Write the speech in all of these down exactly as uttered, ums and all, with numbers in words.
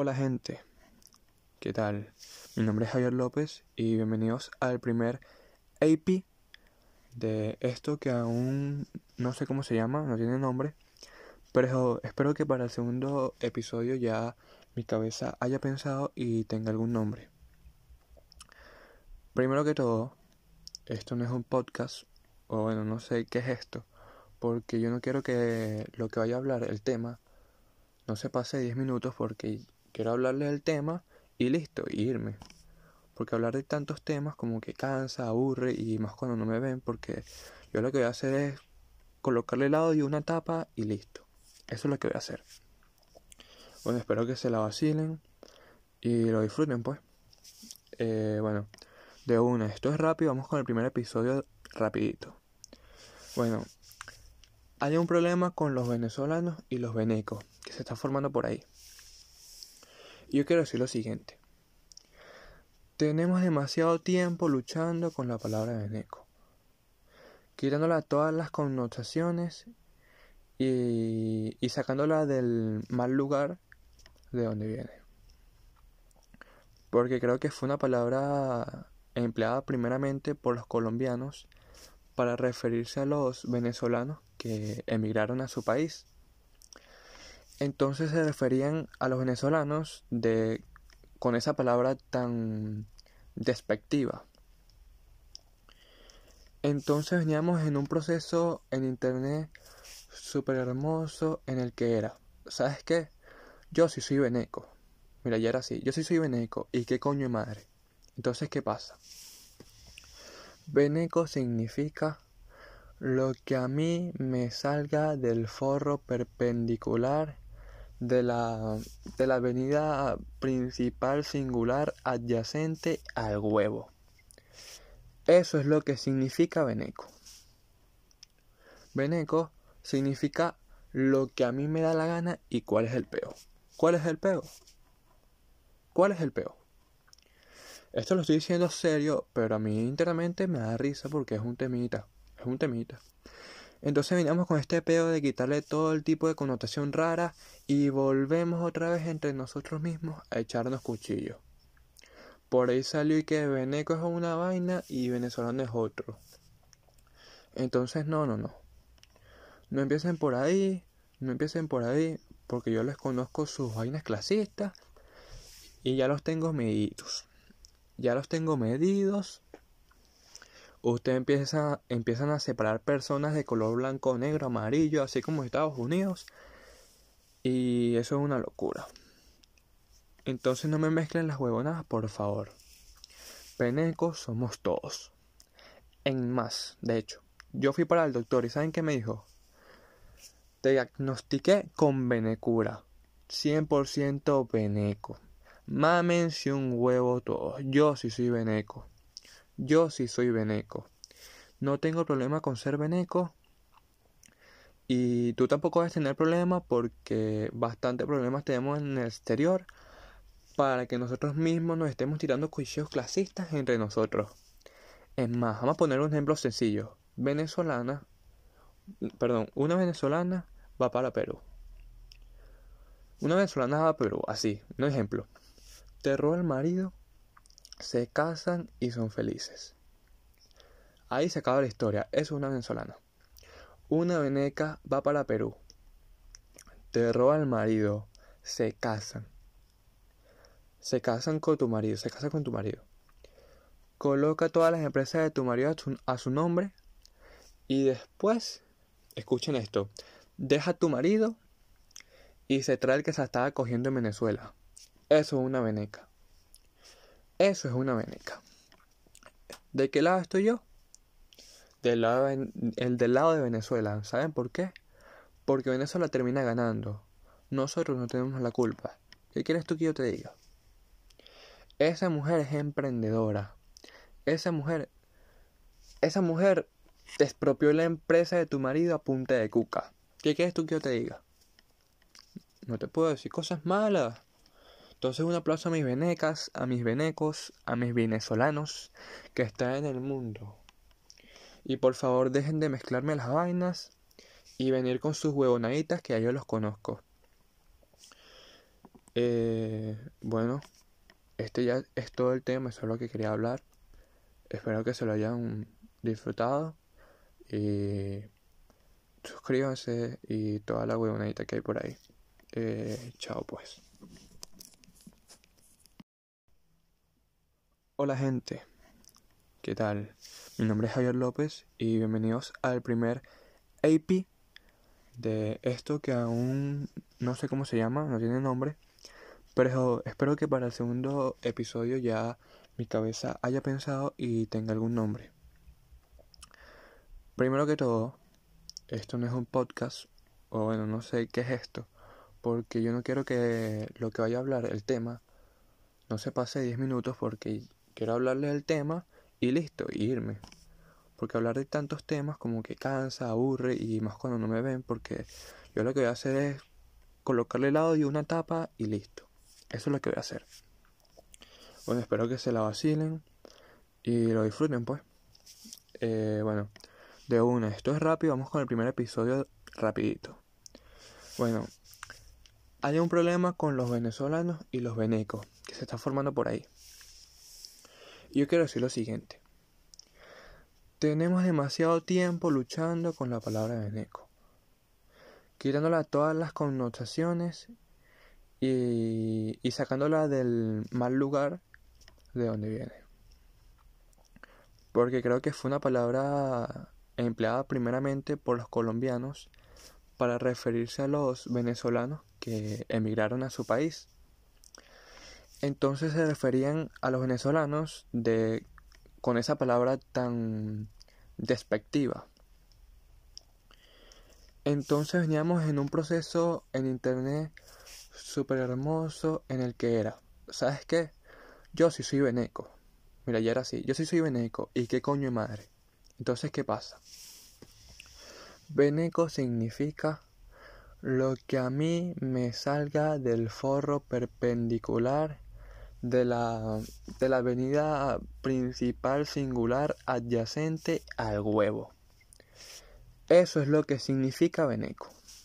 Hola gente, ¿qué tal? Mi nombre es Javier López y bienvenidos al primer A P de esto que aún no sé cómo se llama, no tiene nombre, pero espero que para el segundo episodio ya mi cabeza haya pensado y tenga algún nombre. Primero que todo, esto no es un podcast, o bueno, no sé qué es esto, porque yo no quiero que lo que vaya a hablar, el tema, no se pase diez minutos porque quiero hablarles del tema y listo, y irme. Porque hablar de tantos temas como que cansa, aburre y más cuando no me ven, porque yo lo que voy a hacer es colocarle el audio, una tapa y listo. Eso es lo que voy a hacer. Bueno, espero que se la vacilen y lo disfruten pues. Eh, bueno, de una, esto es rápido, vamos con el primer episodio rapidito. Bueno, hay un problema con los venezolanos y los venecos que se está formando por ahí. Y yo quiero decir lo siguiente. Tenemos demasiado tiempo luchando con la palabra veneco, quitándola todas las connotaciones y, y sacándola del mal lugar de donde viene. Porque creo que fue una palabra empleada primeramente por los colombianos para referirse a los venezolanos que emigraron a su país. Entonces se referían a los venezolanos de, con esa palabra tan despectiva. Entonces veníamos en un proceso en internet súper hermoso en el que era, ¿sabes qué? Yo sí soy veneco. Mira, ya era así, yo sí soy veneco. ¿Y qué coño de madre? Entonces, ¿qué pasa? Veneco significa lo que a mí me salga del forro perpendicular de la, de la avenida principal singular adyacente al huevo. Eso es lo que significa veneco. Veneco significa lo que a mí me da la gana y cuál es el peo. ¿Cuál es el peo? ¿Cuál es el peo? Esto lo estoy diciendo serio, pero a mí internamente me da risa porque es un temita. Es un temita. Entonces veníamos con este peo de quitarle todo el tipo de connotación rara y volvemos otra vez entre nosotros mismos a echarnos cuchillos. Por ahí salió y que veneco es una vaina y venezolano es otro. Entonces no, no, no. No empiecen por ahí, no empiecen por ahí, porque yo les conozco sus vainas clasistas y ya los tengo medidos. Ya los tengo medidos. Ustedes empiezan, empiezan a separar personas de color blanco, negro, amarillo, así como Estados Unidos. Y eso es una locura. Entonces no me mezclen las huevonadas, por favor. Venecos somos todos. En más, de hecho, yo fui para el doctor y ¿saben qué me dijo? Te diagnostiqué con venecura. cien por ciento veneco. Mámense un huevo todos. Yo sí soy veneco. Yo sí soy veneco. No tengo problema con ser veneco. Y tú tampoco vas a tener problemas porque bastante problemas tenemos en el exterior para que nosotros mismos nos estemos tirando cuchillos clasistas entre nosotros. Es más, vamos a poner un ejemplo sencillo. Venezolana, perdón, una venezolana va para Perú. Una venezolana va a Perú, así, un ejemplo. Te roba el marido, se casan y son felices. Ahí se acaba la historia, eso es una venezolana. Una veneca va para Perú, te roba el marido, se casan. Se casan con tu marido, se casan con tu marido. Coloca todas las empresas de tu marido a su, a su nombre y después, escuchen esto, deja a tu marido y se trae el que se estaba cogiendo en Venezuela. Eso es una veneca. Eso es una veneca. ¿De qué lado estoy yo? Del lado de, el del lado de Venezuela. ¿Saben por qué? Porque Venezuela termina ganando. Nosotros no tenemos la culpa. ¿Qué quieres tú que yo te diga? Esa mujer es emprendedora. Esa mujer, esa mujer te expropió la empresa de tu marido a punta de cuca. ¿Qué quieres tú que yo te diga? No te puedo decir cosas malas. Entonces un aplauso a mis venecas, a mis venecos, a mis venezolanos que están en el mundo. Y por favor dejen de mezclarme las vainas y venir con sus huevonaditas que ya yo los conozco. Eh, bueno, este ya es todo el tema, eso es lo que quería hablar. Espero que se lo hayan disfrutado y suscríbanse y toda la huevonadita que hay por ahí. Eh, chao pues. Hola gente, ¿qué tal? Mi nombre es Javier López y bienvenidos al primer A P de esto que aún no sé cómo se llama, no tiene nombre, pero espero que para el segundo episodio ya mi cabeza haya pensado y tenga algún nombre. Primero que todo, esto no es un podcast, o bueno, no sé qué es esto, porque yo no quiero que lo que vaya a hablar, el tema, no se pase diez minutos porque quiero hablarles del tema y listo, y irme. Porque hablar de tantos temas como que cansa, aburre y más cuando no me ven, porque yo lo que voy a hacer es colocarle el audio, una tapa y listo. Eso es lo que voy a hacer. Bueno, espero que se la vacilen y lo disfruten pues. Eh, bueno, de una, esto es rápido, vamos con el primer episodio rapidito. Bueno, hay un problema con los venezolanos y los venecos que se está formando por ahí. Y yo quiero decir lo siguiente. Tenemos demasiado tiempo luchando con la palabra veneco, quitándola todas las connotaciones y, y sacándola del mal lugar de donde viene. Porque creo que fue una palabra empleada primeramente por los colombianos para referirse a los venezolanos que emigraron a su país. Entonces se referían a los venezolanos de con esa palabra tan despectiva. Entonces veníamos en un proceso en internet súper hermoso en el que era, ¿sabes qué? Yo sí soy veneco. Mira, ya era así, yo sí soy veneco. ¿Y qué coño de madre? Entonces, ¿qué pasa? Veneco significa lo que a mí me salga del forro perpendicular de la, de la avenida principal singular adyacente al huevo. Eso es lo que significa veneco.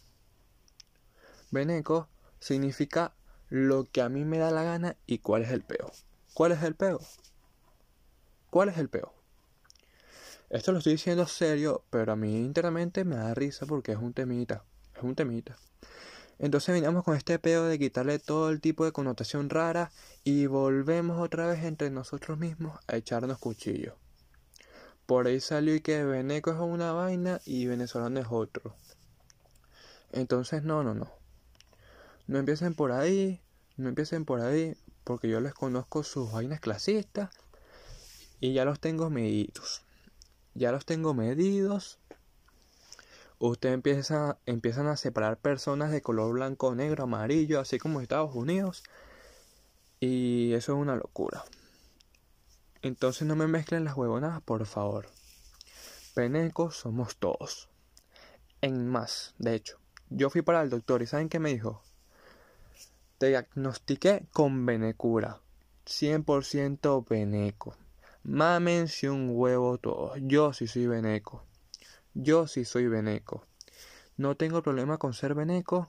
Veneco significa lo que a mí me da la gana y cuál es el peo. ¿Cuál es el peo? ¿Cuál es el peo? Esto lo estoy diciendo serio, pero a mí internamente me da risa porque es un temita. Es un temita. Entonces veníamos con este peo de quitarle todo el tipo de connotación rara y volvemos otra vez entre nosotros mismos a echarnos cuchillos. Por ahí salió y que veneco es una vaina y venezolano es otro. Entonces no, no, no. No empiecen por ahí, no empiecen por ahí, porque yo les conozco sus vainas clasistas y ya los tengo medidos. Ya los tengo medidos. Ustedes empiezan, empiezan a separar personas de color blanco, negro, amarillo, así como Estados Unidos. Y eso es una locura. Entonces no me mezclen las huevonadas, por favor. Venecos somos todos. En más, de hecho, yo fui para el doctor y ¿saben qué me dijo? Te diagnostiqué con venecura. cien por ciento veneco. Mámense un huevo todos. Yo sí soy veneco. Yo sí soy veneco. No tengo problema con ser veneco.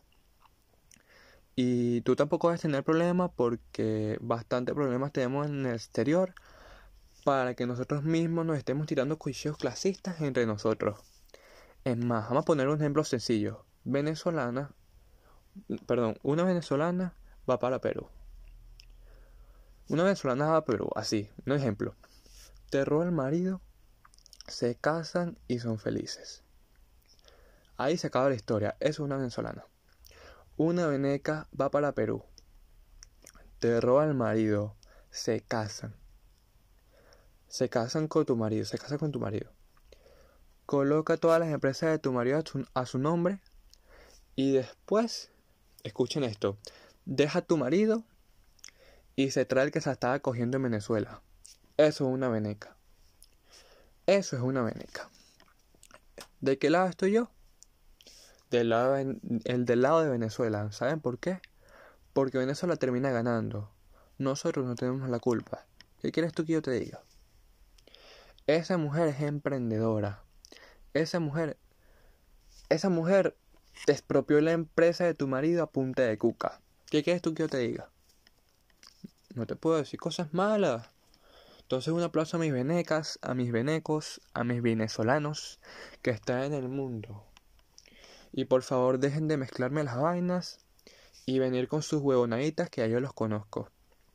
Y tú tampoco vas a tener problema porque bastante problemas tenemos en el exterior para que nosotros mismos nos estemos tirando cuchillos clasistas entre nosotros. Es más, vamos a poner un ejemplo sencillo. Venezolana, perdón, una venezolana va para Perú. Una venezolana va a Perú, así, un ejemplo. Te roba el marido, se casan y son felices. Ahí se acaba la historia, eso es una venezolana. Una veneca va para Perú, te roba el marido, se casan. Se casan con tu marido, se casan con tu marido. Coloca todas las empresas de tu marido a su, a su nombre y después, escuchen esto, deja a tu marido y se trae el que se estaba cogiendo en Venezuela. Eso es una veneca. Eso es una veneca. ¿De qué lado estoy yo? Del lado de, el del lado de Venezuela. ¿Saben por qué? Porque Venezuela termina ganando. Nosotros no tenemos la culpa. ¿Qué quieres tú que yo te diga? Esa mujer es emprendedora. Esa mujer, esa mujer te expropió la empresa de tu marido a punta de cuca. ¿Qué quieres tú que yo te diga? No te puedo decir cosas malas. Entonces un aplauso a mis venecas, a mis venecos, a mis venezolanos que están en el mundo. Y por favor dejen de mezclarme las vainas y venir con sus huevonaditas que ya yo los conozco.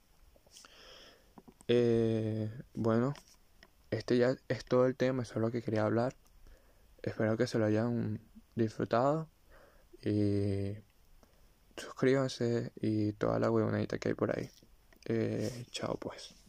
Eh, bueno, este ya es todo el tema, eso es lo que quería hablar. Espero que se lo hayan disfrutado y suscríbanse y toda la huevonadita que hay por ahí. Eh, chao pues.